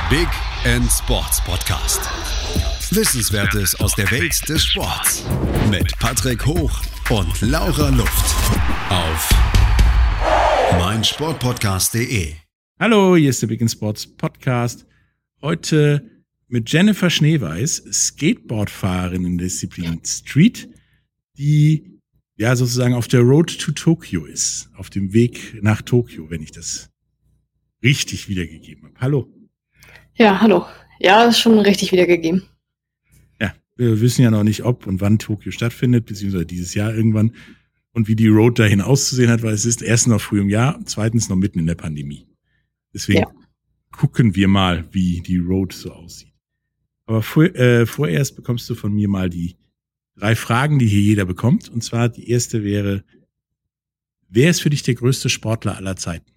Big End Sports Podcast. Wissenswertes aus der Welt des Sports. Mit Patrick Hoch und Laura Luft. Auf meinsportpodcast.de. Hallo, hier ist der Big End Sports Podcast. Heute mit Jennifer Schneeweiß, Skateboardfahrerin in der Disziplin Street, die ja sozusagen auf der Road to Tokyo ist. Auf dem Weg nach Tokio, wenn ich das richtig wiedergegeben habe. Hallo. Ja, hallo. Ja, ist schon richtig wiedergegeben. Ja, wir wissen ja noch nicht, ob und wann Tokio stattfindet, beziehungsweise dieses Jahr irgendwann und wie die Road dahin auszusehen hat, weil es ist erstens noch früh im Jahr, zweitens noch mitten in der Pandemie. Deswegen gucken wir mal, wie die Road so aussieht. Aber vorerst bekommst du von mir mal die 3 Fragen, die hier jeder bekommt. Und zwar die erste wäre, wer ist für dich der größte Sportler aller Zeiten?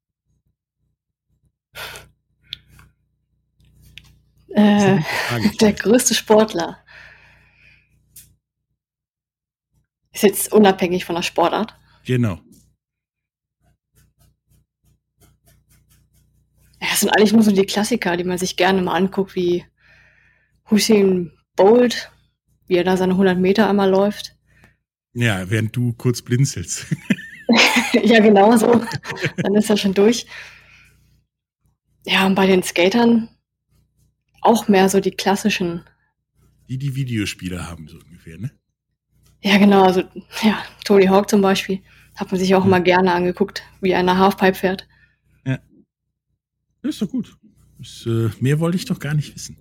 Der größte Sportler. Ist jetzt unabhängig von der Sportart. Genau. Ja, das sind eigentlich nur so die Klassiker, die man sich gerne mal anguckt, wie Usain Bolt, wie er da seine 100 Meter einmal läuft. Ja, während du kurz blinzelst. Ja, genau so. Dann ist er schon durch. Ja, und bei den Skatern auch mehr so die klassischen. Die Videospiele haben, so ungefähr, ne? Ja, genau. Also, ja, Tony Hawk zum Beispiel. Hat man sich auch immer gerne angeguckt, wie er eine Halfpipe fährt. Ja. Das ist doch gut. Mehr wollte ich doch gar nicht wissen.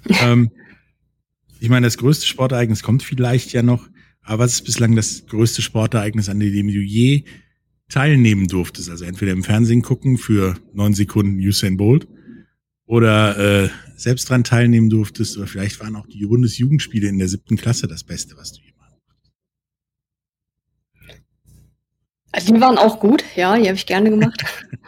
Ich meine, das größte Sportereignis kommt vielleicht ja noch. Aber was ist bislang das größte Sportereignis, an dem du je teilnehmen durftest? Also entweder im Fernsehen gucken für 9 Sekunden Usain Bolt oder selbst dran teilnehmen durftest. Oder vielleicht waren auch die Bundesjugendspiele in der 7. Klasse das Beste, was du jemals gemacht hast. Also die waren auch gut, ja, die habe ich gerne gemacht.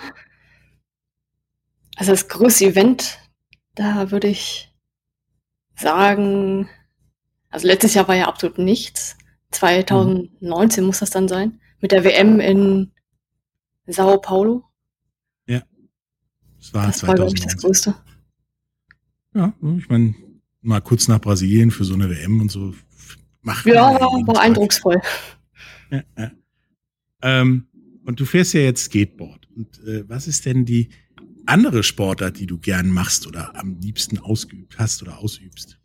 Also das größte Event, da würde ich sagen, also letztes Jahr war ja absolut nichts. 2019 muss das dann sein. Mit der WM in Sao Paulo. Ja. Das war glaube ich, das Größte. Ja, ich meine, mal kurz nach Brasilien für so eine WM und so machen. Ja, war eindrucksvoll. Ja, ja. Und du fährst ja jetzt Skateboard. Und was ist denn die andere Sportart, die du gern machst oder am liebsten ausgeübt hast oder ausübst?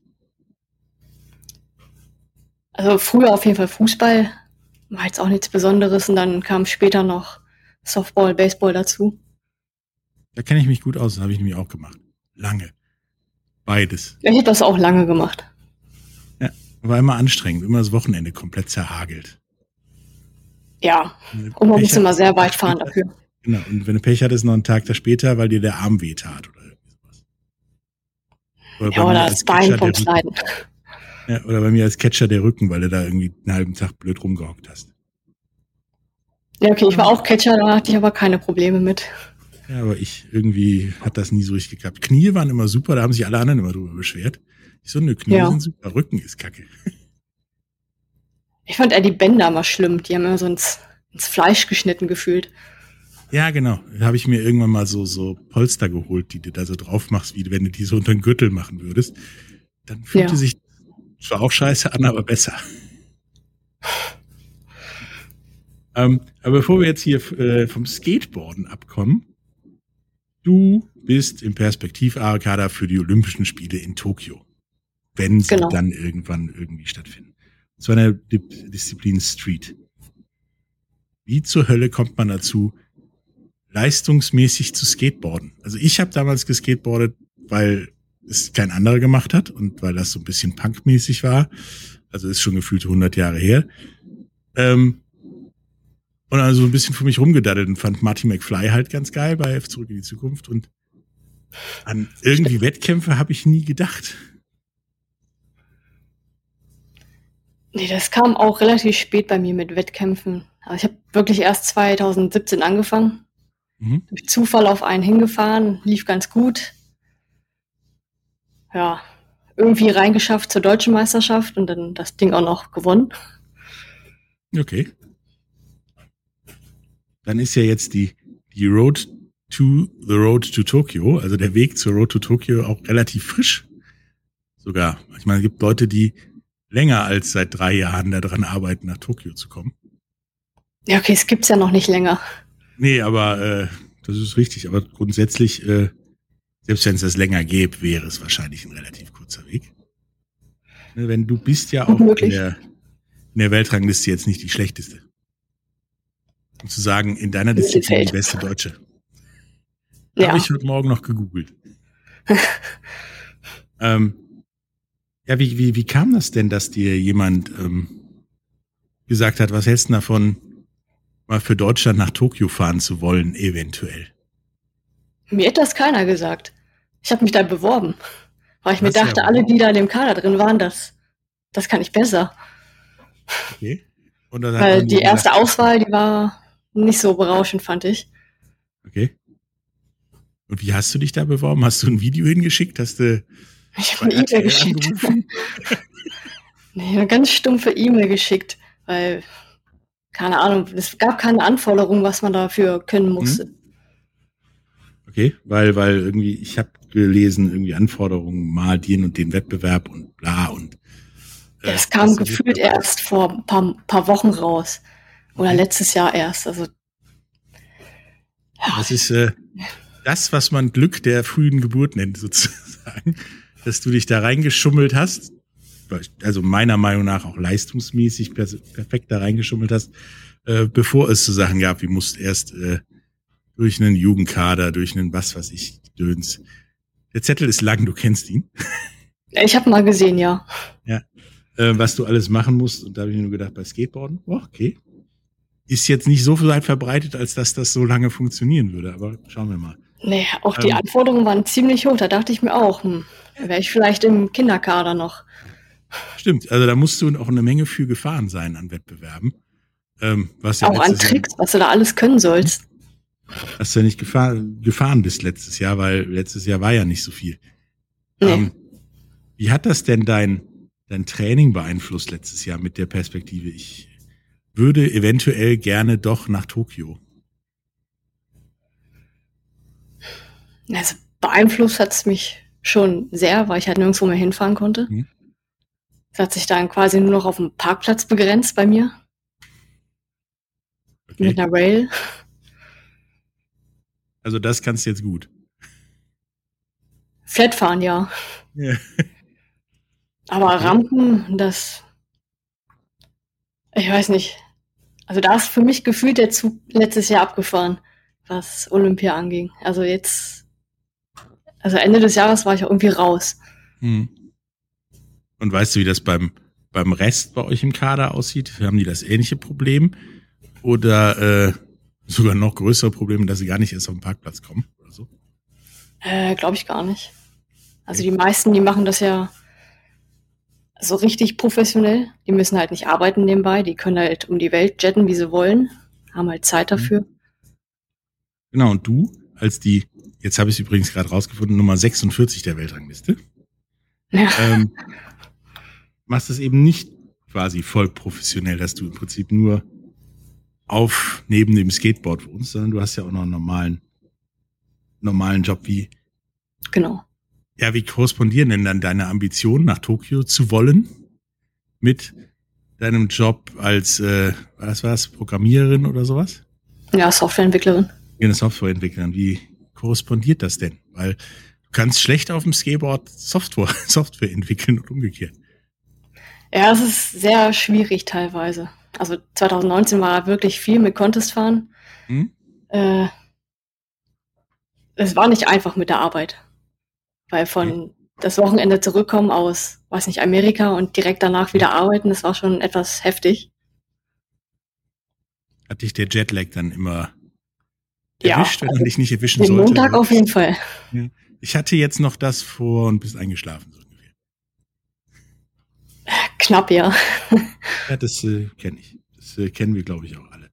Also früher auf jeden Fall Fußball. War jetzt auch nichts Besonderes. Und dann kam später noch Softball, Baseball dazu. Da kenne ich mich gut aus. Das habe ich nämlich auch gemacht. Lange. Beides. Ich habe das auch lange gemacht. Ja, war immer anstrengend. Immer das Wochenende komplett zerhagelt. Ja, und man musste immer sehr weit fahren dafür. Genau, und wenn du Pech hattest, noch einen Tag später, weil dir der Arm wehtat oder irgendwie sowas. Oder das Bein vom Sliden. Ja, oder bei mir als Catcher der Rücken, weil du da irgendwie einen halben Tag blöd rumgehockt hast. Ja, okay, ich war auch Catcher, da hatte ich aber keine Probleme mit. Ja, aber irgendwie hat das nie so richtig geklappt. Knie waren immer super, da haben sich alle anderen immer drüber beschwert. Ich so, ne, Knie sind super, Rücken ist kacke. Ich fand eher die Bänder immer schlimm, die haben immer so ins Fleisch geschnitten gefühlt. Ja, genau. Da habe ich mir irgendwann mal so Polster geholt, die du da so drauf machst, wie wenn du die so unter den Gürtel machen würdest. Dann fühlte sich zwar auch scheiße an, aber besser. Aber bevor wir jetzt hier vom Skateboarden abkommen, du bist im Perspektiv-Kader für die Olympischen Spiele in Tokio, wenn sie dann irgendwann irgendwie stattfinden. Das war eine Disziplin Street. Wie zur Hölle kommt man dazu, leistungsmäßig zu skateboarden? Also ich habe damals geskateboardet, weil es kein anderer gemacht hat und weil das so ein bisschen punkmäßig war. Also ist schon gefühlt 100 Jahre her. Und also ein bisschen für mich rumgedaddelt und fand Marty McFly halt ganz geil bei Zurück in die Zukunft. Und an irgendwie Wettkämpfe habe ich nie gedacht. Nee, das kam auch relativ spät bei mir mit Wettkämpfen. Also ich habe wirklich erst 2017 angefangen. Durch Zufall auf einen hingefahren, lief ganz gut. Ja, irgendwie reingeschafft zur deutschen Meisterschaft und dann das Ding auch noch gewonnen. Okay. Dann ist ja jetzt die Road to the Road to Tokyo, also der Weg zur Road to Tokyo, auch relativ frisch. Sogar. Ich meine, es gibt Leute, die länger als seit 3 Jahren daran arbeiten, nach Tokio zu kommen. Ja, okay, es gibt's ja noch nicht länger. Nee, aber das ist richtig. Aber grundsätzlich, selbst wenn es das länger gäbe, wäre es wahrscheinlich ein relativ kurzer Weg. Ne, wenn du bist ja auch in der Weltrangliste jetzt nicht die schlechteste. Um zu sagen, in deiner Disziplin die beste Deutsche. Ja. Habe ich heute Morgen noch gegoogelt. Ja, wie kam das denn, dass dir jemand gesagt hat, was hältst du davon, mal für Deutschland nach Tokio fahren zu wollen, eventuell? Mir hat das keiner gesagt. Ich habe mich da beworben, weil ich mir dachte, alle, die da in dem Kader drin waren, das kann ich besser. Okay. Und dann weil die erste Auswahl, die war nicht so berauschend, fand ich. Okay. Und wie hast du dich da beworben? Hast du ein Video hingeschickt? Ich habe eine E-Mail geschickt. Nee, eine ganz stumpfe E-Mail geschickt, weil, keine Ahnung, es gab keine Anforderung, was man dafür können musste. Okay, weil irgendwie, ich habe gelesen, irgendwie Anforderungen, mal den und den Wettbewerb und bla und es kam gefühlt erst vor ein paar Wochen raus. Oder letztes Jahr erst. Also das ist das, was man Glück der frühen Geburt nennt, sozusagen. Dass du dich da reingeschummelt hast, also meiner Meinung nach auch leistungsmäßig perfekt da reingeschummelt hast, bevor es so Sachen gab, wie musst erst durch einen Jugendkader, durch einen was weiß ich, Döns. Der Zettel ist lang, du kennst ihn. Ich habe mal gesehen, ja. Ja, was du alles machen musst. Und da habe ich mir nur gedacht, bei Skateboarden, okay. Ist jetzt nicht so weit verbreitet, als dass das so lange funktionieren würde, aber schauen wir mal. Nee, auch die Anforderungen waren ziemlich hoch. Da dachte ich mir auch, wäre ich vielleicht im Kinderkader noch. Stimmt, also da musst du auch eine Menge für gefahren sein an Wettbewerben. Was ja auch an Tricks, was du da alles können sollst. Dass du ja nicht gefahren bist letztes Jahr, weil letztes Jahr war ja nicht so viel. Nee. Wie hat das denn dein Training beeinflusst letztes Jahr mit der Perspektive? Ich würde eventuell gerne doch nach Tokio. Also beeinflusst hat es mich schon sehr, weil ich halt nirgendwo mehr hinfahren konnte. Es hat sich dann quasi nur noch auf dem Parkplatz begrenzt bei mir. Okay. Mit einer Rail. Also das kannst du jetzt gut. Flat fahren, ja. Aber Rampen, ich weiß nicht. Also da ist für mich gefühlt der Zug letztes Jahr abgefahren, was Olympia anging. Also Ende des Jahres war ich auch irgendwie raus. Und weißt du, wie das beim Rest bei euch im Kader aussieht? Haben die das ähnliche Problem? Oder sogar noch größere Probleme, dass sie gar nicht erst auf den Parkplatz kommen? Oder so? Glaube ich gar nicht. Also die meisten, die machen das ja so richtig professionell. Die müssen halt nicht arbeiten nebenbei. Die können halt um die Welt jetten, wie sie wollen. Haben halt Zeit dafür. Genau, und du als die, jetzt habe ich es übrigens gerade rausgefunden, Nummer 46 der Weltrangliste, machst es eben nicht quasi voll professionell, dass du im Prinzip nur neben dem Skateboard wohnst, sondern du hast ja auch noch einen normalen Job wie. Genau. Ja, wie korrespondieren denn dann deine Ambitionen, nach Tokio zu wollen, mit deinem Job als, was, Programmiererin oder sowas? Ja, Softwareentwicklerin. Ja, eine Softwareentwicklerin. Wie korrespondiert das denn? Weil du kannst schlecht auf dem Skateboard Software entwickeln und umgekehrt. Ja, es ist sehr schwierig teilweise. Also 2019 war wirklich viel mit Contest fahren. Es war nicht einfach mit der Arbeit. Weil das Wochenende zurückkommen aus, weiß nicht, Amerika und direkt danach wieder arbeiten, das war schon etwas heftig. Hat dich der Jetlag dann immer erwischt, wenn er dich nicht erwischen den sollte? Montag auf jeden Fall. Ja. Ich hatte jetzt noch das vor und bist eingeschlafen. So ungefähr. Knapp, ja. Ja, das kenne ich. Das kennen wir, glaube ich, auch alle.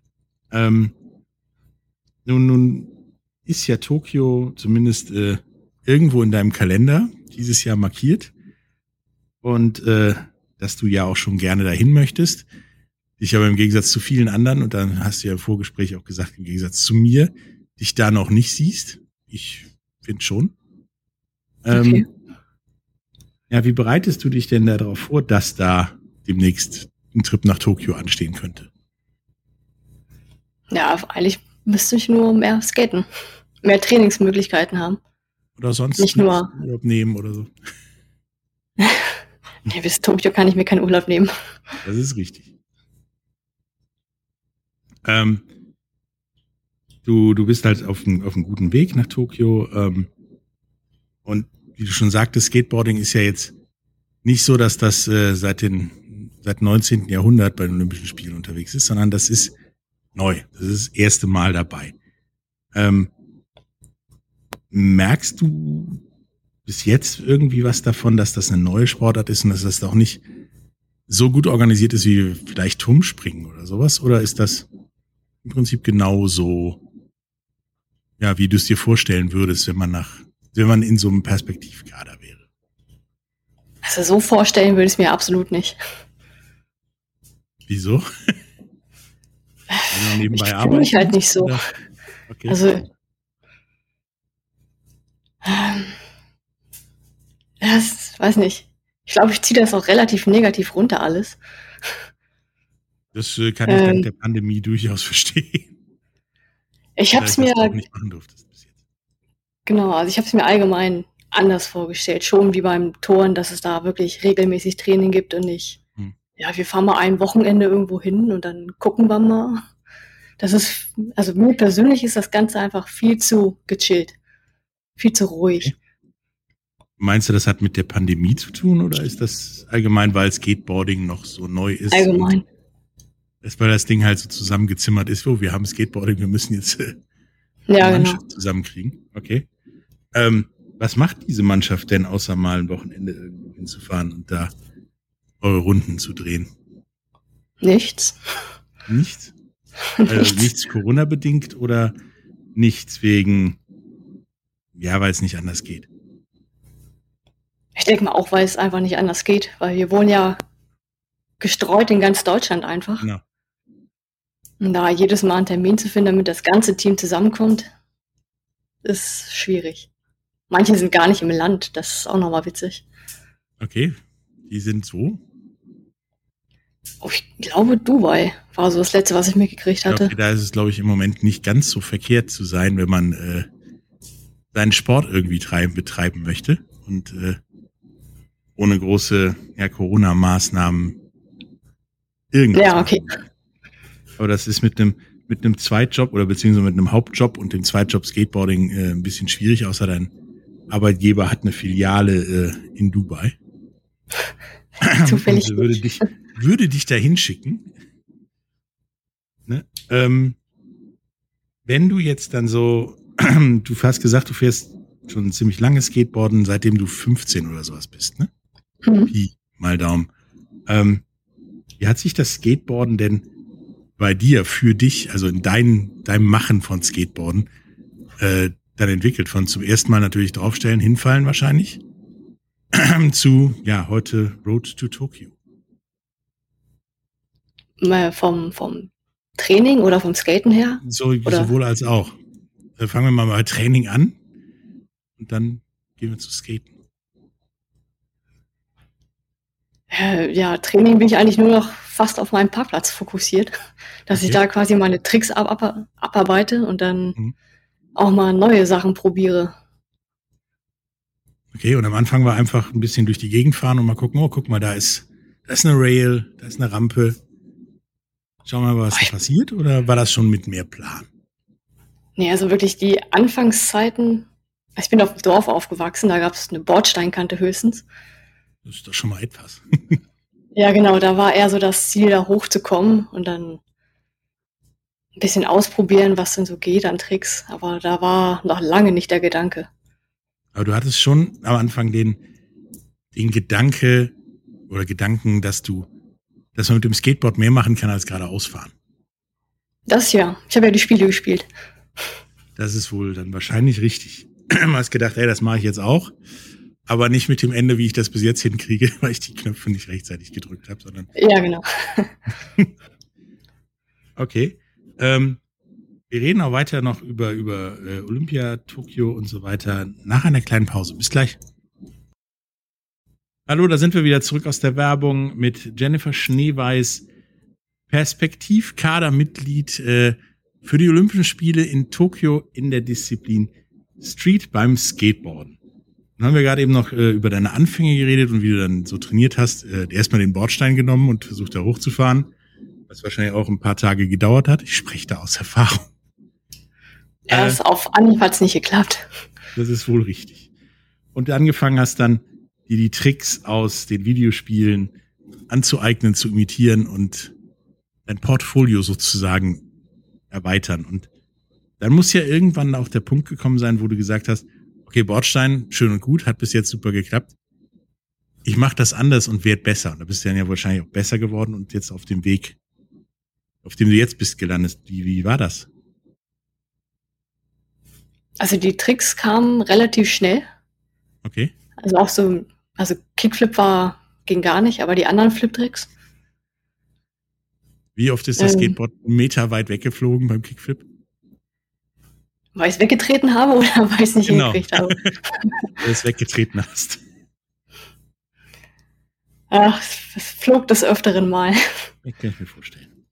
Nun ist ja Tokio zumindest irgendwo in deinem Kalender dieses Jahr markiert und dass du ja auch schon gerne dahin möchtest. Ich aber im Gegensatz zu vielen anderen, und dann hast du ja im Vorgespräch auch gesagt, im Gegensatz zu mir, dich da noch nicht siehst. Ich finde schon. Okay. Ja, wie bereitest du dich denn darauf vor, dass da demnächst ein Trip nach Tokio anstehen könnte? Ja, eigentlich müsste ich nur mehr skaten, mehr Trainingsmöglichkeiten haben. Oder sonst Nicht nur Urlaub nehmen oder so? Nee, bis Tokio kann ich mir keinen Urlaub nehmen. Das ist richtig. Du bist halt auf einem guten Weg nach Tokio. Und wie du schon sagtest, Skateboarding ist ja jetzt nicht so, dass das seit 19. Jahrhundert bei den Olympischen Spielen unterwegs ist, sondern das ist neu. Das ist das erste Mal dabei. Merkst du bis jetzt irgendwie was davon, dass das eine neue Sportart ist und dass das auch nicht so gut organisiert ist wie vielleicht Turmspringen oder sowas? Oder ist das im Prinzip genauso, ja, wie du es dir vorstellen würdest, wenn man in so einem Perspektivkader wäre? Also so vorstellen würde ich es mir absolut nicht. Wieso? Ich fühle mich halt nicht so. Okay. Also das weiß nicht. Ich glaube, ich ziehe das auch relativ negativ runter alles. Das kann ich dank der Pandemie durchaus verstehen. Ich habe es mir auch nicht machen durftest bis jetzt. Genau, also ich habe es mir allgemein anders vorgestellt, schon wie beim Touren, dass es da wirklich regelmäßig Training gibt und nicht, ja, wir fahren mal ein Wochenende irgendwo hin und dann gucken wir mal. Das ist, also mir persönlich ist das Ganze einfach viel zu gechillt, viel zu ruhig. Okay. Meinst du, das hat mit der Pandemie zu tun oder ist das allgemein, weil Skateboarding noch so neu ist? Allgemein. Weil das Ding halt so zusammengezimmert ist, wir haben Skateboarding, wir müssen jetzt Ja, Mannschaft genau. zusammenkriegen. Okay. Was macht diese Mannschaft denn, außer mal ein Wochenende irgendwo hinzufahren und da eure Runden zu drehen? Nichts. Nichts? Also nichts Corona-bedingt oder nichts wegen, ja, weil es nicht anders geht? Ich denke mal auch, weil es einfach nicht anders geht, weil wir wohnen ja gestreut in ganz Deutschland einfach. Genau. Und da jedes Mal einen Termin zu finden, damit das ganze Team zusammenkommt, ist schwierig. Manche sind gar nicht im Land, das ist auch nochmal witzig. Okay, die sind so? Oh, ich glaube, Dubai war so das Letzte, was ich mitgekriegt hatte. Okay, da ist es, glaube ich, im Moment nicht ganz so verkehrt zu sein, wenn man seinen Sport irgendwie betreiben möchte und ohne große Corona-Maßnahmen irgendwas. Ja, okay. Aber das ist mit einem Zweitjob oder beziehungsweise mit einem Hauptjob und dem Zweitjob Skateboarding ein bisschen schwierig, außer dein Arbeitgeber hat eine Filiale in Dubai. Zufällig. Und würde dich da hinschicken. Ne? Wenn du jetzt dann so, du hast gesagt, du fährst schon ziemlich lange Skateboarden, seitdem du 15 oder sowas bist, ne? Pi, mal Daumen. Wie hat sich das Skateboarden denn bei dir, für dich, also in deinem Machen von Skateboarden, dann entwickelt? Von zum ersten Mal natürlich draufstellen, hinfallen wahrscheinlich, zu, ja, heute Road to Tokyo. Vom Training oder vom Skaten her? Sowohl als auch. Fangen wir mal bei Training an und dann gehen wir zu Skaten. Ja, Training bin ich eigentlich nur noch fast auf meinen Parkplatz fokussiert, dass ich da quasi meine Tricks abarbeite und dann auch mal neue Sachen probiere. Okay, und am Anfang war einfach ein bisschen durch die Gegend fahren und mal gucken, guck mal, da ist eine Rail, da ist eine Rampe. Schauen wir mal, was da passiert, oder war das schon mit mehr Plan? Nee, also wirklich die Anfangszeiten, ich bin auf dem Dorf aufgewachsen, da gab es eine Bordsteinkante höchstens. Das ist doch schon mal etwas. Ja, genau, da war eher so das Ziel, da hochzukommen und dann ein bisschen ausprobieren, was denn so geht an Tricks. Aber da war noch lange nicht der Gedanke. Aber du hattest schon am Anfang den Gedanken, dass man mit dem Skateboard mehr machen kann als geradeaus fahren. Das ja. Ich habe ja die Spiele gespielt. Das ist wohl dann wahrscheinlich richtig. Du hast gedacht, das mache ich jetzt auch. Aber nicht mit dem Ende, wie ich das bis jetzt hinkriege, weil ich die Knöpfe nicht rechtzeitig gedrückt habe, sondern. Ja, genau. Okay. Wir reden auch weiter noch über Olympia, Tokio und so weiter nach einer kleinen Pause. Bis gleich. Hallo, da sind wir wieder zurück aus der Werbung mit Jennifer Schneeweiß, Perspektivkadermitglied für die Olympischen Spiele in Tokio in der Disziplin Street beim Skateboarden. Dann haben wir gerade eben noch über deine Anfänge geredet und wie du dann so trainiert hast. Erstmal den Bordstein genommen und versucht da hochzufahren, was wahrscheinlich auch ein paar Tage gedauert hat. Ich spreche da aus Erfahrung. Erst auf Anhieb hat's nicht geklappt. Das ist wohl richtig. Und du angefangen hast dann, dir die Tricks aus den Videospielen anzueignen, zu imitieren und dein Portfolio sozusagen erweitern. Und dann muss ja irgendwann auch der Punkt gekommen sein, wo du gesagt hast, okay, Bordstein, schön und gut, hat bis jetzt super geklappt. Ich mache das anders und werde besser. Und da bist du dann ja wahrscheinlich auch besser geworden und jetzt auf dem Weg, auf dem du jetzt bist, gelandet. Wie war das? Also die Tricks kamen relativ schnell. Okay. Also auch so, also Kickflip ging gar nicht, aber die anderen Flip-Tricks. Wie oft ist das Skateboard meterweit weggeflogen beim Kickflip? Weil ich es weggetreten habe oder weil ich es nicht hingekriegt habe? Weil du es weggetreten hast. Ach, es flog des Öfteren mal. Ich kann mir vorstellen.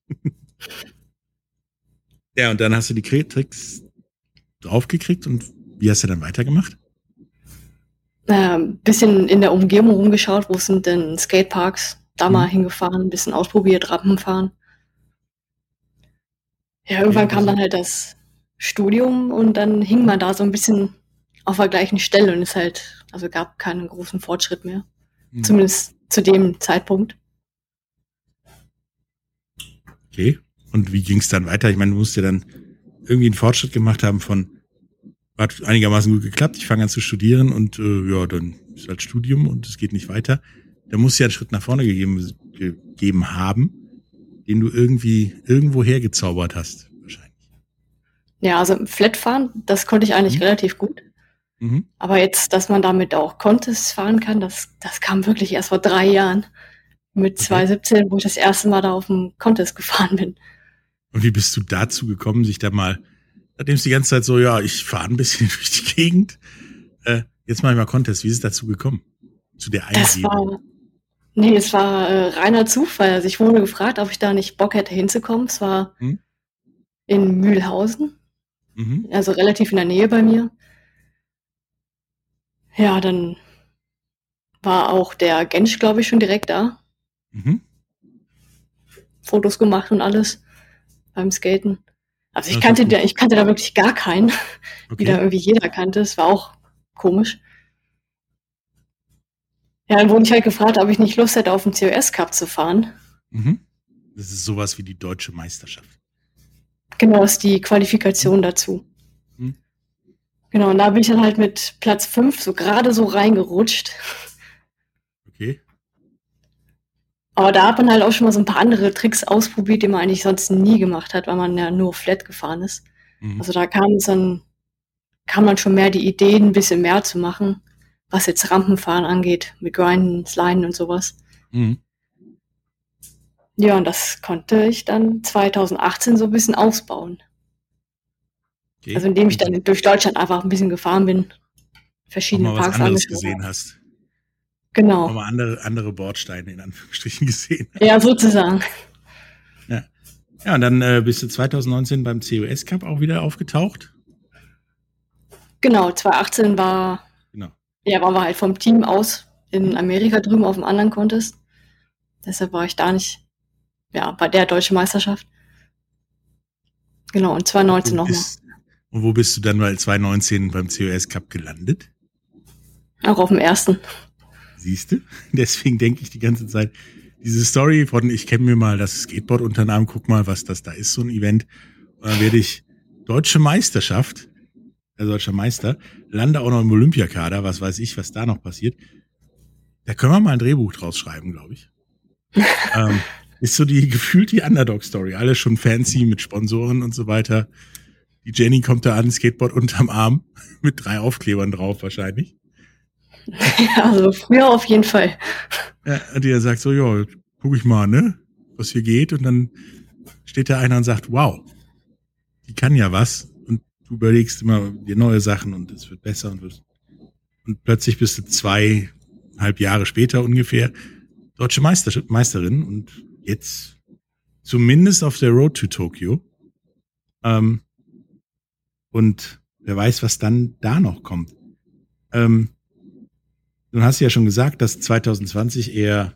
Ja, und dann hast du die Tricks draufgekriegt und wie hast du dann weitergemacht? Bisschen in der Umgebung rumgeschaut, wo sind denn Skateparks, da mal hingefahren, ein bisschen ausprobiert, Rampenfahren. Ja, irgendwann kam dann halt das Studium und dann hing man da so ein bisschen auf der gleichen Stelle und also gab keinen großen Fortschritt mehr. Zumindest zu dem Zeitpunkt. Okay. Und wie ging es dann weiter? Ich meine, du musst ja dann irgendwie einen Fortschritt gemacht haben hat einigermaßen gut geklappt, ich fange an zu studieren und dann ist halt Studium und es geht nicht weiter. Da muss ja einen Schritt nach vorne gegeben haben, den du irgendwo hergezaubert hast, wahrscheinlich. Ja, also Flatfahren, das konnte ich eigentlich relativ gut. Aber jetzt, dass man damit auch Contests fahren kann, das kam wirklich erst vor 3 Jahren. Mit 2017, wo ich das erste Mal da auf dem Contest gefahren bin. Und wie bist du dazu gekommen, sich da mal, nachdem es die ganze Zeit so, ja, ich fahre ein bisschen durch die Gegend, jetzt mache ich mal Contest. Wie ist es dazu gekommen? Zu der Eingebung? Es war reiner Zufall. Also ich wurde gefragt, ob ich da nicht Bock hätte hinzukommen. Es war in Mühlhausen, also relativ in der Nähe bei mir. Ja, dann war auch der Gensch, glaube ich, schon direkt da. Fotos gemacht und alles beim Skaten. Also ich kannte da wirklich gar keinen, wie da irgendwie jeder kannte. Es war auch komisch. Ja, dann wurde ich halt gefragt, ob ich nicht Lust hätte, auf den COS Cup zu fahren. Das ist sowas wie die deutsche Meisterschaft. Genau, ist die Qualifikation dazu. Genau, und da bin ich dann halt mit Platz 5 so gerade so reingerutscht. Okay. Aber da hat man halt auch schon mal so ein paar andere Tricks ausprobiert, die man eigentlich sonst nie gemacht hat, weil man ja nur flat gefahren ist. Also da kam man schon mehr die Ideen, ein bisschen mehr zu machen, was jetzt Rampenfahren angeht, mit Grinden, Sliden und sowas. Ja, und das konnte ich dann 2018 so ein bisschen ausbauen. Okay. Also indem ich dann durch Deutschland einfach ein bisschen gefahren bin, verschiedene Parks was anderes gesehen hast. Genau. Mal andere Bordsteine in Anführungsstrichen gesehen. Ja, sozusagen. Ja, und dann bist du 2019 beim COS Cup auch wieder aufgetaucht? Genau, 2018 waren wir halt vom Team aus in Amerika drüben auf einem anderen Contest. Deshalb war ich da nicht, bei der deutschen Meisterschaft. Genau, und 2019 nochmal. Und wo bist du dann mal 2019 beim COS Cup gelandet? Auch auf dem ersten. Siehst du? Deswegen denke ich die ganze Zeit, diese Story von ich kenne mir mal das Skateboard unter den Arm, guck mal, was das da ist, so ein Event. Und dann werde ich deutsche Meisterschaft, deutscher Meister, lande auch noch im Olympiakader, was weiß ich, was da noch passiert. Da können wir mal ein Drehbuch draus schreiben, glaube ich. Ist so gefühlt die Underdog-Story. Alles schon fancy mit Sponsoren und so weiter. Die Jenny kommt da an, Skateboard unterm Arm, mit 3 Aufklebern drauf wahrscheinlich. Ja, also früher auf jeden Fall. Ja, und der sagt so, ja, guck ich mal, ne, was hier geht. Und dann steht da einer und sagt, wow, die kann ja was und du überlegst immer dir neue Sachen und es wird besser und plötzlich bist du 2,5 Jahre später ungefähr deutsche Meisterin und jetzt zumindest auf der Road to Tokyo. Und wer weiß, was dann da noch kommt. Du hast ja schon gesagt, dass 2020 eher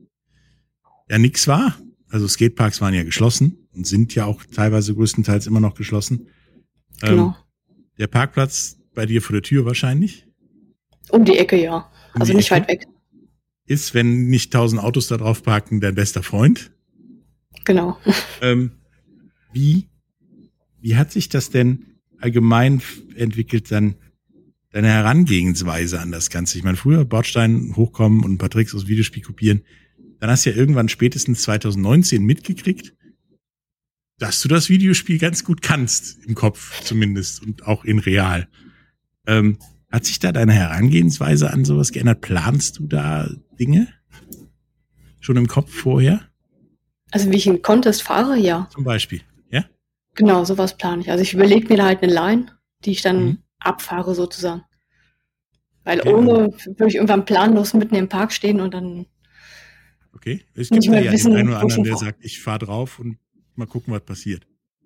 nix war. Also Skateparks waren ja geschlossen und sind ja auch teilweise größtenteils immer noch geschlossen. Genau. Der Parkplatz bei dir vor der Tür wahrscheinlich? Um die Ecke, ja. Also nicht weit weg. Ist, wenn nicht 1000 Autos da drauf parken, dein bester Freund. Genau. Wie hat sich das denn allgemein entwickelt, dann deine Herangehensweise an das Ganze? Ich meine, früher Bordstein hochkommen und ein paar Tricks aus dem Videospiel kopieren. Dann hast du ja irgendwann spätestens 2019 mitgekriegt, dass du das Videospiel ganz gut kannst, im Kopf zumindest und auch in real. Hat sich da deine Herangehensweise an sowas geändert? Planst du da Dinge schon im Kopf vorher? Also wie ich einen Contest fahre, ja. Zum Beispiel, ja? Genau, sowas plane ich. Also ich überlege mir da halt eine Line, die ich dann abfahre sozusagen. Weil ohne würde ich irgendwann planlos mitten im Park stehen und dann okay, es gibt ja den einen oder anderen, der sagt, ich fahre drauf und mal gucken, was passiert.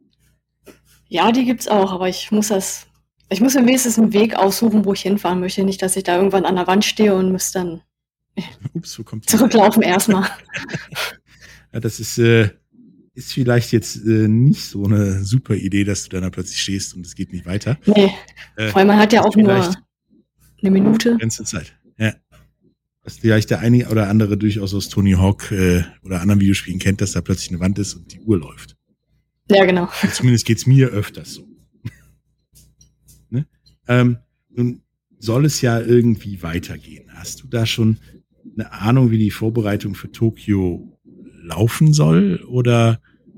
Ja, die gibt's auch, aber ich muss mir wenigstens einen Weg aussuchen, wo ich hinfahren möchte. Nicht, dass ich da irgendwann an der Wand stehe und muss dann Wo kommt zurücklaufen erstmal. Ja, das ist vielleicht jetzt nicht so eine super Idee, dass du dann da plötzlich stehst und es geht nicht weiter. Nee, vor allem man hat ja auch nur eine Minute. Ganze Zeit, ja. Was vielleicht der eine oder andere durchaus aus Tony Hawk oder anderen Videospielen kennt, dass da plötzlich eine Wand ist und die Uhr läuft. Ja, genau. Und zumindest geht's mir öfters so. Ne? Nun soll es ja irgendwie weitergehen. Hast du da schon eine Ahnung, wie die Vorbereitung für Tokio laufen soll? Oder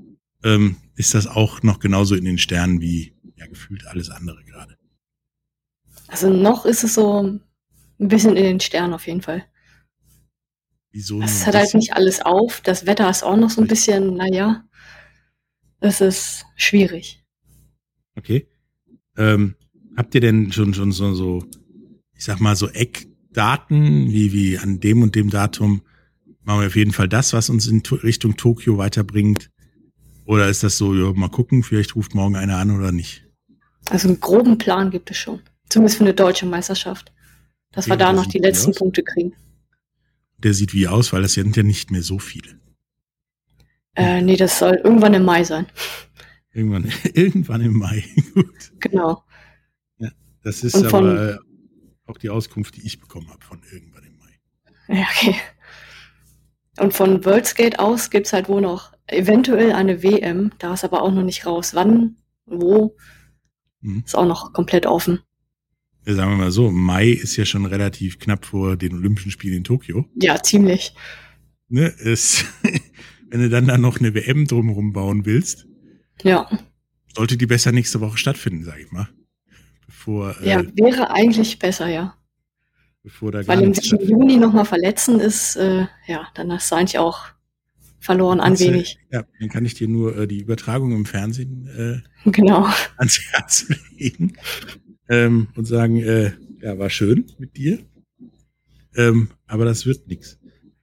ist das auch noch genauso in den Sternen wie ja gefühlt alles andere gerade? Also noch ist es so ein bisschen in den Sternen auf jeden Fall. Wieso? Es hat halt nicht alles auf. Das Wetter ist auch noch so ein bisschen, naja, es ist schwierig. Okay. Habt ihr denn schon so, ich sag mal, so Eckdaten, wie an dem und dem Datum machen wir auf jeden Fall das, was uns in Richtung Tokio weiterbringt? Oder ist das so, ja, mal gucken, vielleicht ruft morgen einer an oder nicht? Also einen groben Plan gibt es schon. Zumindest für eine deutsche Meisterschaft. Dass wir da noch die letzten Punkte kriegen. Der sieht wie aus, weil das sind ja nicht mehr so viele. Nee, das soll irgendwann im Mai sein. Irgendwann im Mai. Gut. Genau. Ja, das ist aber auch die Auskunft, die ich bekommen habe von irgendwann im Mai. Ja, okay. Und von WorldSkate aus gibt's halt wohl noch eventuell eine WM. Da ist aber auch noch nicht raus. Wann, wo, ist auch noch komplett offen. Ja, sagen wir mal so, Mai ist ja schon relativ knapp vor den Olympischen Spielen in Tokio. Ja, ziemlich. Ne, wenn du dann da noch eine WM drumherum bauen willst, ja, sollte die besser nächste Woche stattfinden, sage ich mal. Wäre eigentlich besser, ja. Bevor da weil sich im Juni nochmal verletzen ist, dann hast du eigentlich auch verloren an wenig. Ja, dann kann ich dir nur die Übertragung im Fernsehen genau ans Herz legen und sagen, war schön mit dir, aber das wird nichts.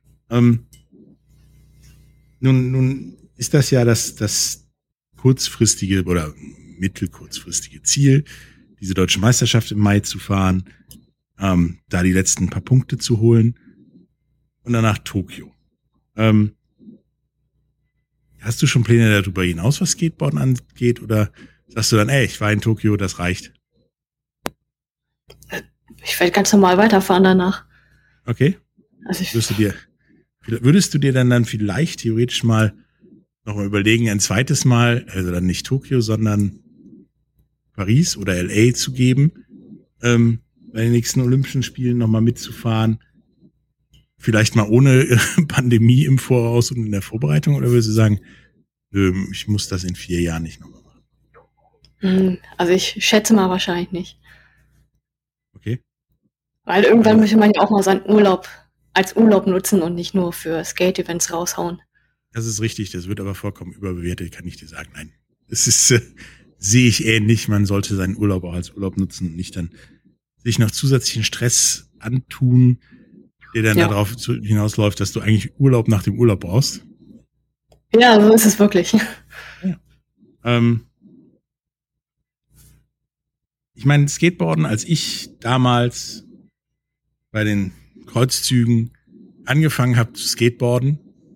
Nun ist das ja das kurzfristige oder mittelkurzfristige Ziel, diese deutsche Meisterschaft im Mai zu fahren, da die letzten paar Punkte zu holen und danach Tokio. Hast du schon Pläne darüber hinaus, was Skateboarden angeht, oder sagst du dann, ich war in Tokio, das reicht? Ich werde ganz normal weiterfahren danach. Okay. Also würdest du dir dann vielleicht theoretisch mal noch mal überlegen, ein zweites Mal, also dann nicht Tokio, sondern Paris oder LA zu geben, bei den nächsten Olympischen Spielen noch mal mitzufahren? Vielleicht mal ohne Pandemie im Voraus und in der Vorbereitung, oder würdest du sagen, ich muss das in 4 Jahren nicht nochmal machen? Also ich schätze mal wahrscheinlich nicht. Okay. Weil irgendwann möchte man ja auch mal seinen Urlaub als Urlaub nutzen und nicht nur für Skate-Events raushauen. Das ist richtig, das wird aber vollkommen überbewertet, kann ich dir sagen. Nein, es ist sehe ich ähnlich. Man sollte seinen Urlaub auch als Urlaub nutzen und nicht dann sich noch zusätzlichen Stress antun, der dann darauf hinausläuft, dass du eigentlich Urlaub nach dem Urlaub brauchst. Ja, so ist es wirklich. Ja. Ich meine, Skateboarden, als ich damals bei den Kreuzzügen angefangen habe zu skateboarden,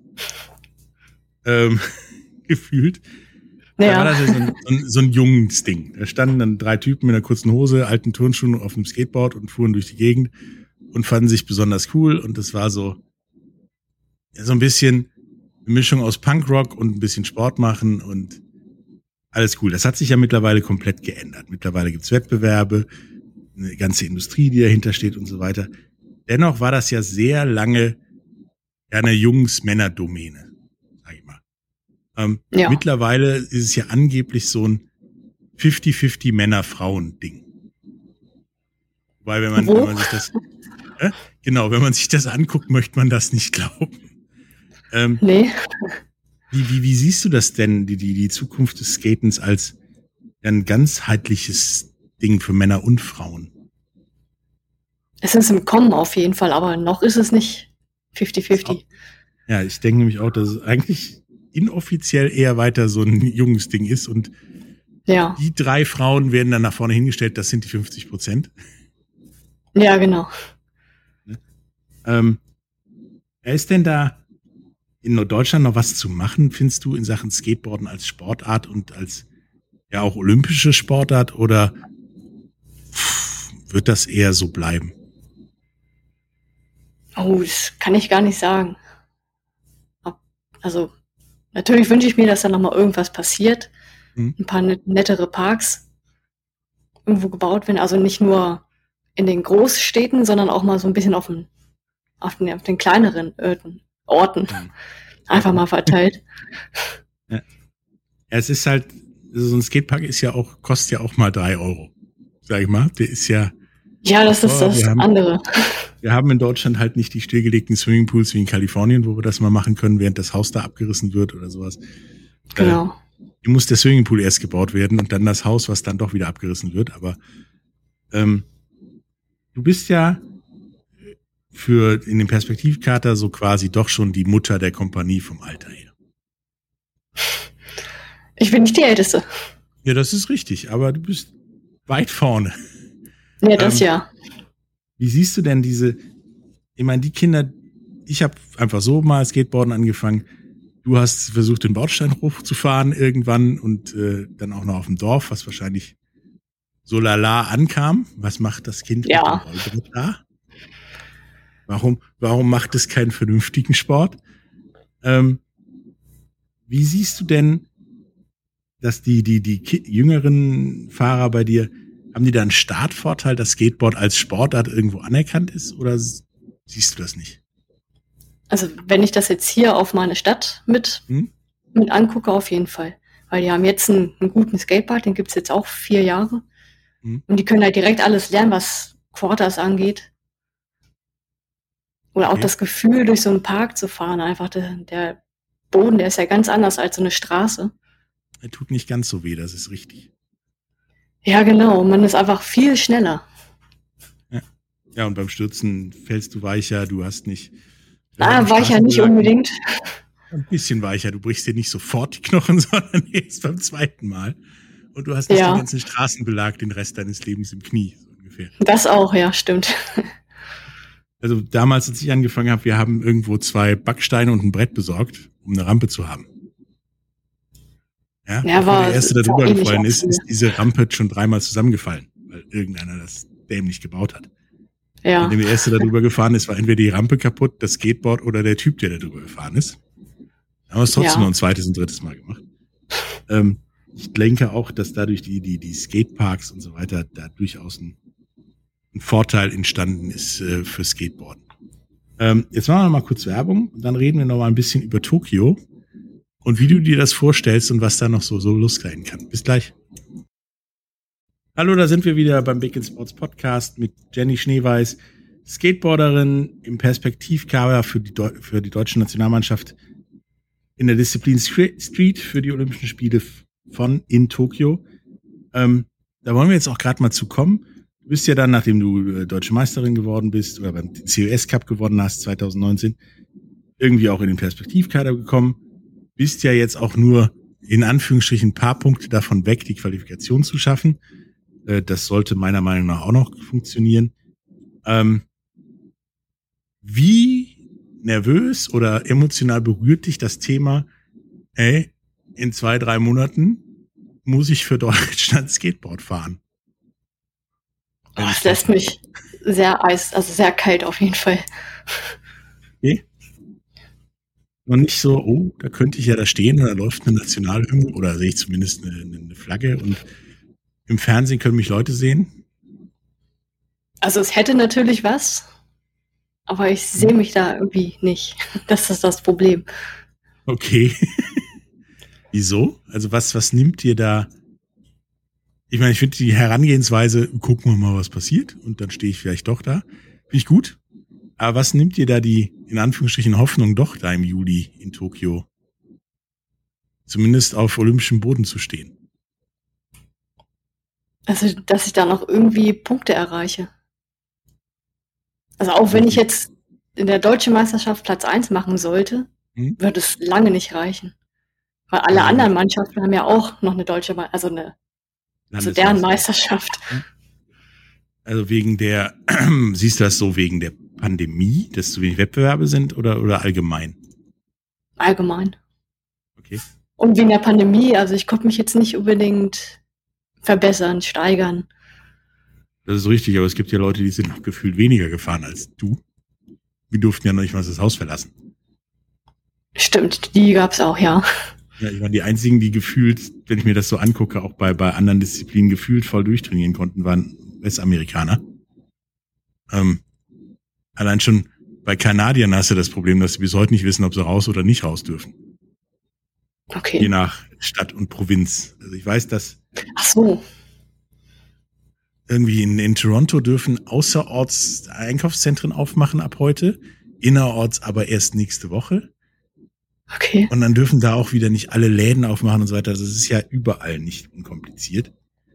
gefühlt, da war das ja so ein Jungsding. Da standen dann 3 Typen mit einer kurzen Hose, alten Turnschuhen auf dem Skateboard und fuhren durch die Gegend und fanden sich besonders cool. Und das war so ein bisschen eine Mischung aus Punkrock und ein bisschen Sport machen und alles cool. Das hat sich ja mittlerweile komplett geändert. Mittlerweile gibt's Wettbewerbe, eine ganze Industrie, die dahinter steht und so weiter. Dennoch war das ja sehr lange eine Jungs-Männer-Domäne, sag ich mal. Mittlerweile ist es ja angeblich so ein 50-50 Männer-Frauen-Ding. Wobei, wenn man sich das, wenn man sich das anguckt, möchte man das nicht glauben. Nee. Wie siehst du das denn, die Zukunft des Skatens als ein ganzheitliches Ding für Männer und Frauen? Es ist im Kommen auf jeden Fall, aber noch ist es nicht 50-50. Ja, ich denke nämlich auch, dass es eigentlich inoffiziell eher weiter so ein junges Ding ist und die 3 Frauen werden dann nach vorne hingestellt, das sind die 50%. Ja, genau. Ist denn da in Deutschland noch was zu machen, findest du, in Sachen Skateboarden als Sportart und als ja auch olympische Sportart, oder wird das eher so bleiben? Oh, das kann ich gar nicht sagen. Also, natürlich wünsche ich mir, dass da nochmal irgendwas passiert. Ein paar nettere Parks irgendwo gebaut werden. Also nicht nur in den Großstädten, sondern auch mal so ein bisschen auf den kleineren Orten. Einfach mal verteilt. Ja. Es ist halt, so ein Skatepark kostet ja auch mal 3 Euro. Sag ich mal. Der ist ja. Ja, das ist das andere. Wir haben in Deutschland halt nicht die stillgelegten Swimmingpools wie in Kalifornien, wo wir das mal machen können, während das Haus da abgerissen wird oder sowas. Genau. Hier muss der Swimmingpool erst gebaut werden und dann das Haus, was dann doch wieder abgerissen wird. Aber du bist ja in dem Perspektivkater so quasi doch schon die Mutter der Kompanie vom Alter her. Ich bin nicht die Älteste. Ja, das ist richtig, aber du bist weit vorne. Ja, das ja. Wie siehst du denn ich meine, die Kinder, ich habe einfach so mal Skateboarden angefangen. Du hast versucht, den Bordstein hochzufahren irgendwann und dann auch noch auf dem Dorf, was wahrscheinlich so lala ankam. Was macht das Kind mit dem Rollbrett da? Warum macht es keinen vernünftigen Sport? Wie siehst du denn, dass die jüngeren Fahrer bei dir, haben die da einen Startvorteil, dass Skateboard als Sportart irgendwo anerkannt ist, oder siehst du das nicht? Also wenn ich das jetzt hier auf meine Stadt mit angucke, auf jeden Fall. Weil die haben jetzt einen guten Skatepark, den gibt's jetzt auch 4 Jahre. Und die können halt direkt alles lernen, was Quarters angeht. Oder auch das Gefühl, durch so einen Park zu fahren. Einfach der Boden, der ist ja ganz anders als so eine Straße. Er tut nicht ganz so weh, das ist richtig. Ja, genau. Man ist einfach viel schneller. Ja, und beim Stürzen fällst du weicher, du hast nicht... Weicher nicht unbedingt. Ein bisschen weicher, du brichst dir nicht sofort die Knochen, sondern erst beim 2. Mal. Und du hast nicht den ganzen Straßenbelag den Rest deines Lebens im Knie, so ungefähr. Das auch, ja, stimmt. Also damals, als ich angefangen habe, wir haben irgendwo 2 Backsteine und ein Brett besorgt, um eine Rampe zu haben. Ja, bevor der Erste da drüber gefallen ist diese Rampe schon 3-mal zusammengefallen, weil irgendeiner das dämlich gebaut hat. Ja. Wenn der Erste da drüber gefahren ist, war entweder die Rampe kaputt, das Skateboard oder der Typ, der da drüber gefahren ist. Dann haben wir es trotzdem noch ein 2. und 3. Mal gemacht. Ich denke auch, dass dadurch die Skateparks und so weiter da durchaus ein Vorteil entstanden ist für Skateboarden. Jetzt machen wir noch mal kurz Werbung und dann reden wir noch mal ein bisschen über Tokio und wie du dir das vorstellst und was da noch so Lust sein kann. Bis gleich. Hallo, da sind wir wieder beim Big in Sports Podcast mit Jenny Schneeweiß, Skateboarderin im Perspektivkader für die deutsche Nationalmannschaft in der Disziplin Street für die Olympischen Spiele in Tokio. Da wollen wir jetzt auch gerade mal zu kommen. Du bist ja dann, nachdem du Deutsche Meisterin geworden bist oder beim COS Cup gewonnen hast 2019, irgendwie auch in den Perspektivkader gekommen. Bist ja jetzt auch nur in Anführungsstrichen ein paar Punkte davon weg, die Qualifikation zu schaffen. Das sollte meiner Meinung nach auch noch funktionieren. Wie nervös oder emotional berührt dich das Thema, in 2-3 Monaten muss ich für Deutschland Skateboard fahren? Das lässt mich sehr kalt auf jeden Fall. Okay. Und nicht so, da könnte ich ja da stehen und da läuft eine Nationalhymne oder sehe ich zumindest eine Flagge und im Fernsehen können mich Leute sehen. Also es hätte natürlich was, aber ich sehe mich da irgendwie nicht. Das ist das Problem. Okay. Wieso? Also was nimmt dir da? Ich meine, ich finde die Herangehensweise, gucken wir mal, was passiert und dann stehe ich vielleicht doch da. Finde ich gut. Aber was nimmt dir da die, in Anführungsstrichen, Hoffnung, doch da im Juli in Tokio zumindest auf olympischem Boden zu stehen? Also, dass ich da noch irgendwie Punkte erreiche. Also auch wenn ich jetzt in der Deutschen Meisterschaft Platz 1 machen sollte, wird es lange nicht reichen. Weil alle anderen Mannschaften haben ja auch noch eine deutsche Meisterschaft, also deren Meisterschaft. Also wegen der, siehst du das so wegen der Pandemie, dass zu wenig Wettbewerbe sind oder allgemein? Allgemein. Okay. Und wegen der Pandemie, also ich konnte mich jetzt nicht unbedingt verbessern, steigern. Das ist richtig, aber es gibt ja Leute, die sind noch gefühlt weniger gefahren als du. Wir durften ja noch nicht mal das Haus verlassen. Stimmt, die gab's auch, ja. Ja, ich meine, die einzigen, die gefühlt, wenn ich mir das so angucke, auch bei anderen Disziplinen gefühlt voll durchtrainieren konnten, waren Westamerikaner. Allein schon bei Kanadiern hast du das Problem, dass sie bis heute nicht wissen, ob sie raus oder nicht raus dürfen. Okay. Je nach Stadt und Provinz. Also ich weiß, dass Ach so. irgendwie in Toronto dürfen außerorts Einkaufszentren aufmachen ab heute, innerorts aber erst nächste Woche. Okay. Und dann dürfen da auch wieder nicht alle Läden aufmachen und so weiter. Also es ist ja überall nicht unkompliziert.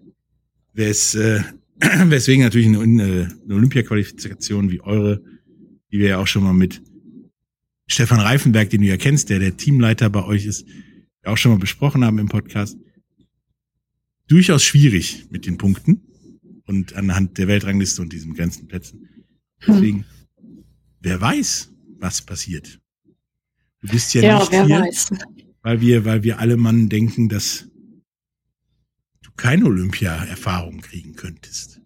Weswegen natürlich eine Olympia-Qualifikation wie eure, die wir ja auch schon mal mit Stefan Reifenberg, den du ja kennst, der Teamleiter bei euch ist, auch schon mal besprochen haben im Podcast, durchaus schwierig mit den Punkten und anhand der Weltrangliste und diesen ganzen Plätzen. Deswegen, wer weiß, was passiert. Du bist ja nicht wer hier, weiß. weil wir alle Mann denken, dass du keine Olympia-Erfahrung kriegen könntest.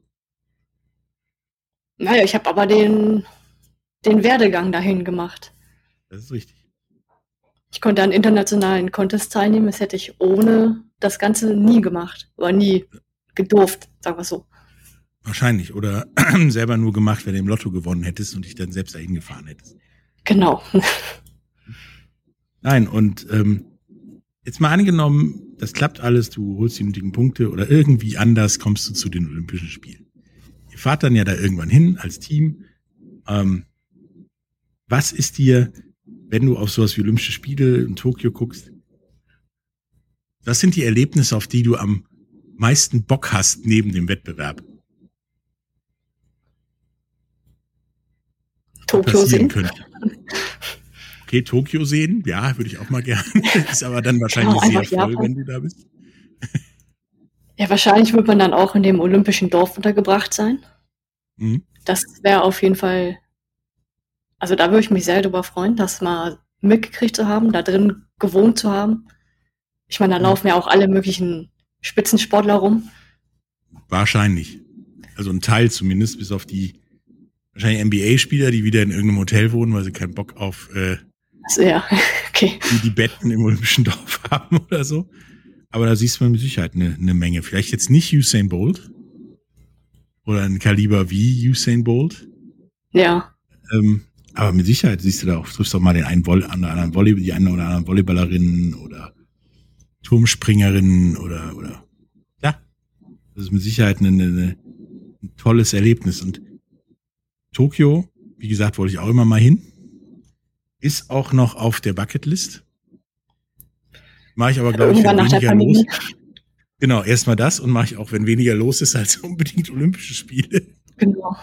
Naja, ich habe aber den Werdegang dahin gemacht. Das ist richtig. Ich konnte an internationalen Contests teilnehmen, das hätte ich ohne das Ganze nie gemacht. Oder nie gedurft, sagen wir so. Wahrscheinlich. Oder selber nur gemacht, wenn du im Lotto gewonnen hättest und dich dann selbst dahin gefahren hättest. Genau. Nein, und jetzt mal angenommen, das klappt alles, du holst die nötigen Punkte oder irgendwie anders kommst du zu den Olympischen Spielen. Ihr fahrt dann ja da irgendwann hin als Team. Was ist dir, wenn du auf sowas wie Olympische Spiele in Tokio guckst, was sind die Erlebnisse, auf die du am meisten Bock hast neben dem Wettbewerb? Tokio sehen. Okay, Tokio sehen, ja, würde ich auch mal gerne. Ist aber dann wahrscheinlich sehr voll, Japan, wenn du da bist. Ja, wahrscheinlich wird man dann auch in dem olympischen Dorf untergebracht sein. Mhm. Das wäre auf jeden Fall, also da würde ich mich sehr drüber freuen, das mal mitgekriegt zu haben, da drin gewohnt zu haben. Ich meine, da laufen ja auch alle möglichen Spitzensportler rum. Wahrscheinlich. Also ein Teil zumindest, bis auf die wahrscheinlich NBA-Spieler, die wieder in irgendeinem Hotel wohnen, weil sie keinen Bock auf also, ja, okay. die Betten im Olympischen Dorf haben oder so. Aber da siehst du mit Sicherheit eine Menge. Vielleicht jetzt nicht Usain Bolt oder ein Kaliber wie Usain Bolt. Ja. Aber mit Sicherheit siehst du da auch, triffst doch mal die eine oder anderen Volleyballerinnen oder Turmspringerinnen oder ja. Das ist mit Sicherheit ein tolles Erlebnis. Und Tokio, wie gesagt, wollte ich auch immer mal hin. Ist auch noch auf der Bucketlist. Mache ich aber, glaube ich, wenn weniger los. Genau, erstmal das und mache ich auch, wenn weniger los ist, als unbedingt Olympische Spiele. Genau.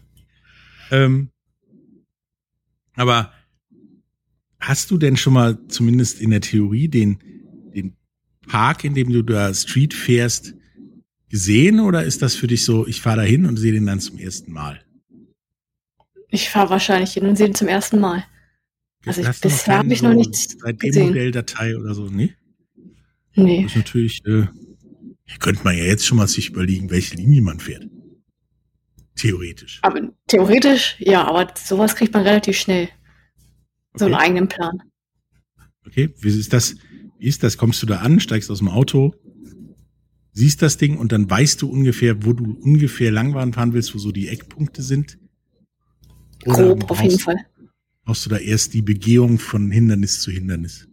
Aber hast du denn schon mal zumindest in der Theorie den Park, in dem du da Street fährst, gesehen? Oder ist das für dich so, ich fahre da hin und sehe den dann zum ersten Mal? Ich fahre wahrscheinlich hin und sehe ihn zum ersten Mal. Also bisher habe ich noch nichts gesehen. 3D-Modelldatei oder so, nee? Nee. Das ist natürlich, könnte man ja jetzt schon mal sich überlegen, welche Linie man fährt. Theoretisch. Aber theoretisch, ja, aber sowas kriegt man relativ schnell. So einen eigenen Plan. Okay, wie ist das? Kommst du da an, steigst aus dem Auto, siehst das Ding und dann weißt du ungefähr, wo du ungefähr Langbahn fahren willst, wo so die Eckpunkte sind? Oder Grob, auf jeden Fall. Brauchst du da erst die Begehung von Hindernis zu Hindernis?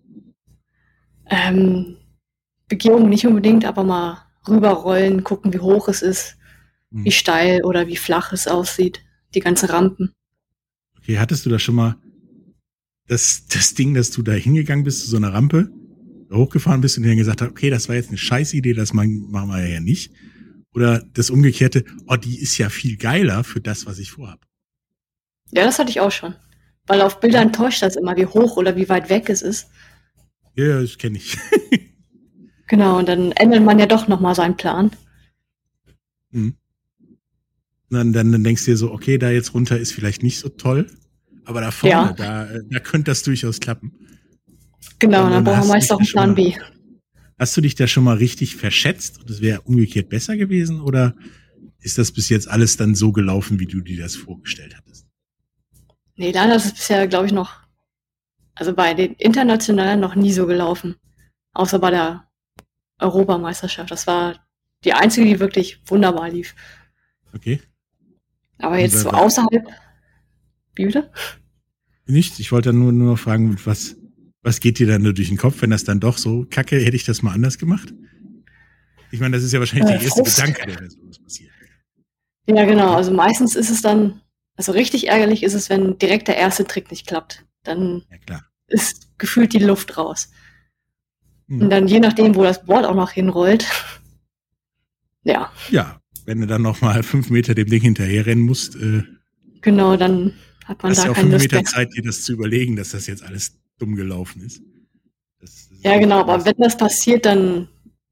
Begehung nicht unbedingt, aber mal rüberrollen, gucken, wie hoch es ist, wie steil oder wie flach es aussieht, die ganzen Rampen. Okay, hattest du da schon mal das Ding, dass du da hingegangen bist zu so einer Rampe, da hochgefahren bist und dann gesagt hast, okay, das war jetzt eine Scheißidee, das machen wir ja nicht. Oder das Umgekehrte, oh, die ist ja viel geiler für das, was ich vorhabe. Ja, das hatte ich auch schon. Weil auf Bildern täuscht das immer, wie hoch oder wie weit weg es ist. Ja, das kenne ich. Genau, und dann ändert man ja doch nochmal seinen Plan. Mhm. Dann denkst du dir so, okay, da jetzt runter ist vielleicht nicht so toll, aber da vorne, da könnte das durchaus klappen. Genau, und dann brauchen wir meist auch einen Plan B. Hast du dich da schon mal richtig verschätzt und es wäre umgekehrt besser gewesen oder ist das bis jetzt alles dann so gelaufen, wie du dir das vorgestellt hattest? Nee, leider ist es bisher, glaube ich, also bei den Internationalen noch nie so gelaufen. Außer bei der Europameisterschaft. Das war die einzige, die wirklich wunderbar lief. Okay. Aber jetzt so außerhalb. Wie bitte? Nichts. Ich wollte nur noch fragen, was geht dir dann nur durch den Kopf, wenn das dann doch so kacke, hätte ich das mal anders gemacht? Ich meine, das ist ja wahrscheinlich der erste Gedanke, der so passiert. Ja, genau. Also meistens ist es dann, also richtig ärgerlich ist es, wenn direkt der erste Trick nicht klappt. Dann ist gefühlt die Luft raus. Und dann je nachdem, wo das Board auch noch hinrollt. Ja. Ja, wenn du dann noch mal 5 Meter dem Ding hinterherrennen musst. Genau, dann hat man da keine 5 Lust Meter mehr. Zeit, dir das zu überlegen, dass das jetzt alles dumm gelaufen ist. Das ja, genau, aber wenn das passiert, dann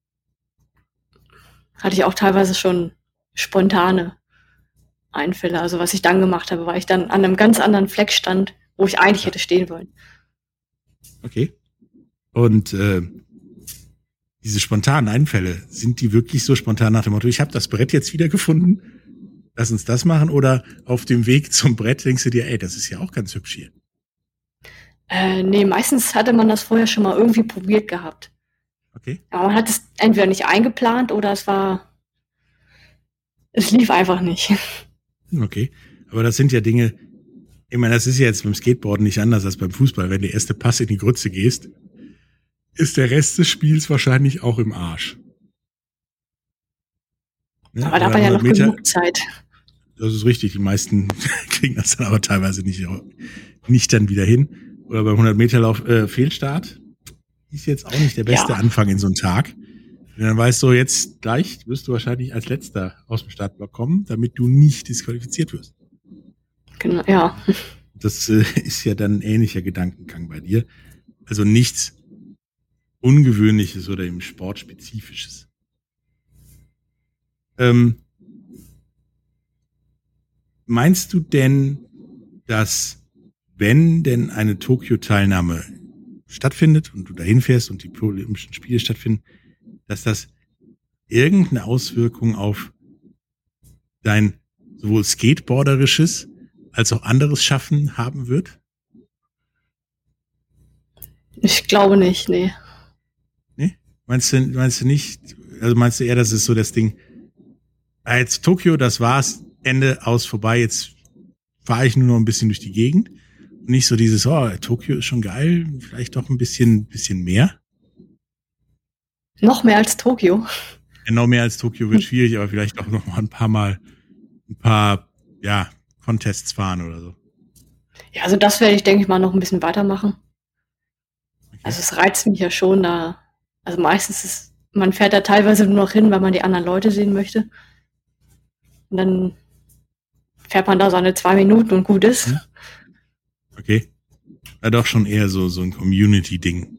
hatte ich auch teilweise schon spontane Einfälle. Also was ich dann gemacht habe, weil ich dann an einem ganz anderen Fleck stand, wo ich eigentlich hätte stehen wollen. Okay. Und diese spontanen Einfälle, sind die wirklich so spontan nach dem Motto, ich habe das Brett jetzt wieder gefunden, lass uns das machen? Oder auf dem Weg zum Brett denkst du dir, ey, das ist ja auch ganz hübsch hier? Nee, meistens hatte man das vorher schon mal irgendwie probiert gehabt. Okay. Aber man hat es entweder nicht eingeplant oder es lief einfach nicht. Okay, aber das sind ja Dinge, ich meine, das ist ja jetzt beim Skateboarden nicht anders als beim Fußball. Wenn der erste Pass in die Grütze gehst, ist der Rest des Spiels wahrscheinlich auch im Arsch. Ja, aber da war ja noch genug Zeit. Das ist richtig, die meisten kriegen das dann aber teilweise nicht dann wieder hin. Oder beim 100-Meter-Lauf Fehlstart ist jetzt auch nicht der beste Anfang in so einem Tag. Und dann weißt du, jetzt gleich wirst du wahrscheinlich als Letzter aus dem Startblock kommen, damit du nicht disqualifiziert wirst. Genau, ja. Das ist ja dann ein ähnlicher Gedankengang bei dir. Also nichts Ungewöhnliches oder im Sport Spezifisches. Meinst du denn, dass wenn denn eine Tokio-Teilnahme stattfindet und du dahin fährst und die Olympischen Spiele stattfinden, dass das irgendeine Auswirkung auf dein sowohl skateboarderisches als auch anderes Schaffen haben wird? Ich glaube nicht, nee. Nee? Meinst du nicht, also meinst du eher, das ist so das Ding, jetzt Tokio, das war's, Ende, aus, vorbei, jetzt fahre ich nur noch ein bisschen durch die Gegend und nicht so dieses, oh, Tokio ist schon geil, vielleicht doch ein bisschen mehr? Noch mehr als Tokio? Ja, noch mehr als Tokio wird schwierig, aber vielleicht auch noch mal ein paar Contests fahren oder so. Ja, also das werde ich, denke ich mal, noch ein bisschen weitermachen. Okay. Also es reizt mich ja schon da, also meistens ist man fährt da teilweise nur noch hin, weil man die anderen Leute sehen möchte. Und dann fährt man da seine 2 Minuten und gut ist. Okay. Ja, doch schon eher so ein Community-Ding.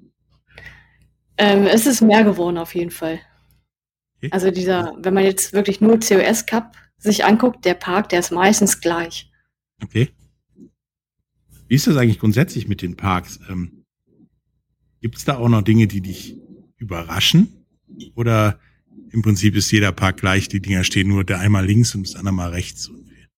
Es ist mehr geworden auf jeden Fall. Okay. Also wenn man jetzt wirklich nur COS Cup sich anguckt, der Park, der ist meistens gleich. Okay. Wie ist das eigentlich grundsätzlich mit den Parks? Gibt es da auch noch Dinge, die dich überraschen? Oder im Prinzip ist jeder Park gleich, die Dinger stehen nur der einmal links und das andere mal rechts?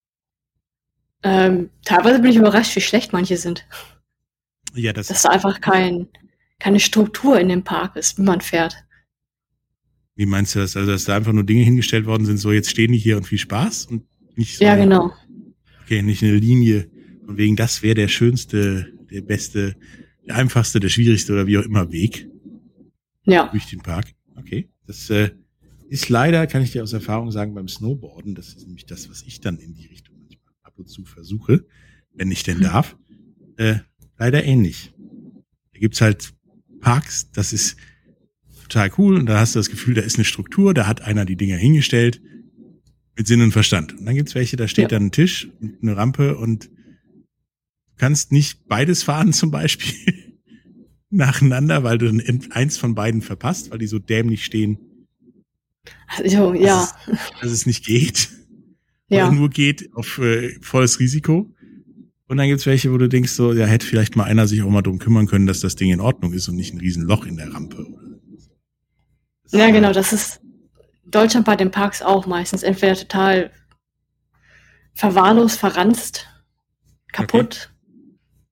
Teilweise bin ich überrascht, wie schlecht manche sind. Ja, dass da einfach keine Struktur in dem Park ist, wie man fährt. Wie meinst du das? Also, dass da einfach nur Dinge hingestellt worden sind, so jetzt stehen die hier und viel Spaß? Und nicht so ja, genau. Okay, nicht eine Linie, von wegen das wäre der schönste, der beste, der einfachste, der schwierigste oder wie auch immer Weg. Ja. Durch den Park. Okay. Das ist leider, kann ich dir aus Erfahrung sagen, beim Snowboarden, das ist nämlich das, was ich dann in die Richtung manchmal ab und zu versuche, wenn ich denn darf, leider ähnlich. Da gibt's halt Parks, das ist total cool und da hast du das Gefühl, da ist eine Struktur, da hat einer die Dinger hingestellt mit Sinn und Verstand. Und dann gibt's welche, da steht dann ein Tisch und eine Rampe und du kannst nicht beides fahren zum Beispiel nacheinander, weil du dann eins von beiden verpasst, weil die so dämlich stehen. Also, ja. Dass es nicht geht. Ja. Oder nur geht auf volles Risiko. Und dann gibt's welche, wo du denkst, so, ja, hätte vielleicht mal einer sich auch mal drum kümmern können, dass das Ding in Ordnung ist und nicht ein Riesenloch in der Rampe. Ja, genau, das ist in Deutschland bei den Parks auch meistens entweder total verwahrlost, verranzt, kaputt. Okay.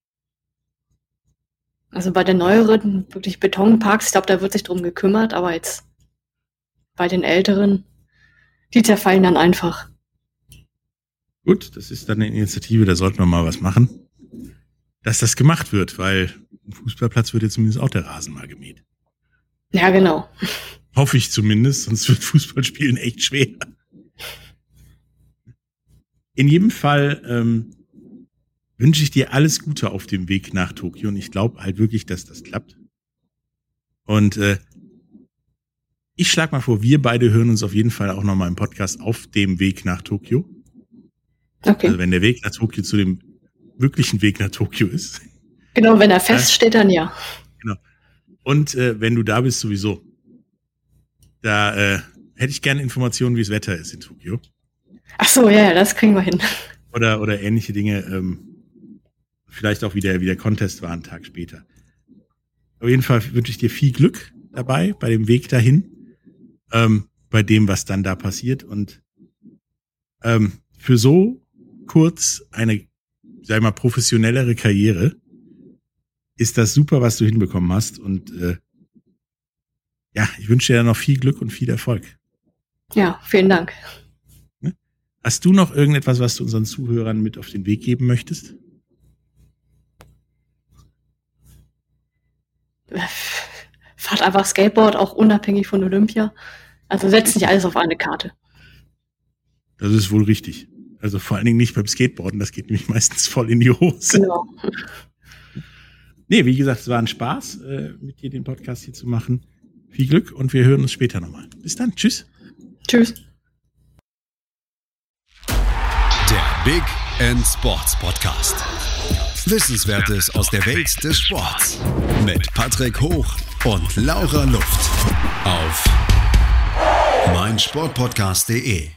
Also bei den neueren, wirklich Betonparks, ich glaube, da wird sich drum gekümmert, aber jetzt bei den älteren, die zerfallen dann einfach. Gut, das ist dann eine Initiative, da sollten wir mal was machen, dass das gemacht wird, weil im Fußballplatz wird jetzt zumindest auch der Rasen mal gemäht. Ja, genau. Hoffe ich zumindest, sonst wird Fußballspielen echt schwer. In jedem Fall wünsche ich dir alles Gute auf dem Weg nach Tokio und ich glaube halt wirklich, dass das klappt. Und ich schlage mal vor, wir beide hören uns auf jeden Fall auch nochmal im Podcast auf dem Weg nach Tokio. Okay. Also wenn der Weg nach Tokio zu dem wirklichen Weg nach Tokio ist. Genau, wenn er feststeht, dann ja. Genau. Und wenn du da bist, sowieso. Da hätte ich gerne Informationen, wie das Wetter ist in Tokio. Ach so, ja, das kriegen wir hin. Oder ähnliche Dinge. Vielleicht auch wie der Contest war einen Tag später. Auf jeden Fall wünsche ich dir viel Glück dabei, bei dem Weg dahin. Bei dem, was dann da passiert. Und für so kurz eine, sag ich mal, professionellere Karriere ist das super, was du hinbekommen hast. Und ja, ich wünsche dir noch viel Glück und viel Erfolg. Ja, vielen Dank. Hast du noch irgendetwas, was du unseren Zuhörern mit auf den Weg geben möchtest? Fahrt einfach Skateboard, auch unabhängig von Olympia. Also setzt nicht alles auf eine Karte. Das ist wohl richtig. Also vor allen Dingen nicht beim Skateboarden, das geht nämlich meistens voll in die Hose. Genau. Nee, wie gesagt, es war ein Spaß, mit dir den Podcast hier zu machen. Viel Glück und wir hören uns später nochmal. Bis dann, tschüss. Tschüss. Der Big End Sports Podcast. Wissenswertes aus der Welt des Sports. Mit Patrick Hoch und Laura Luft. Auf meinsportpodcast.de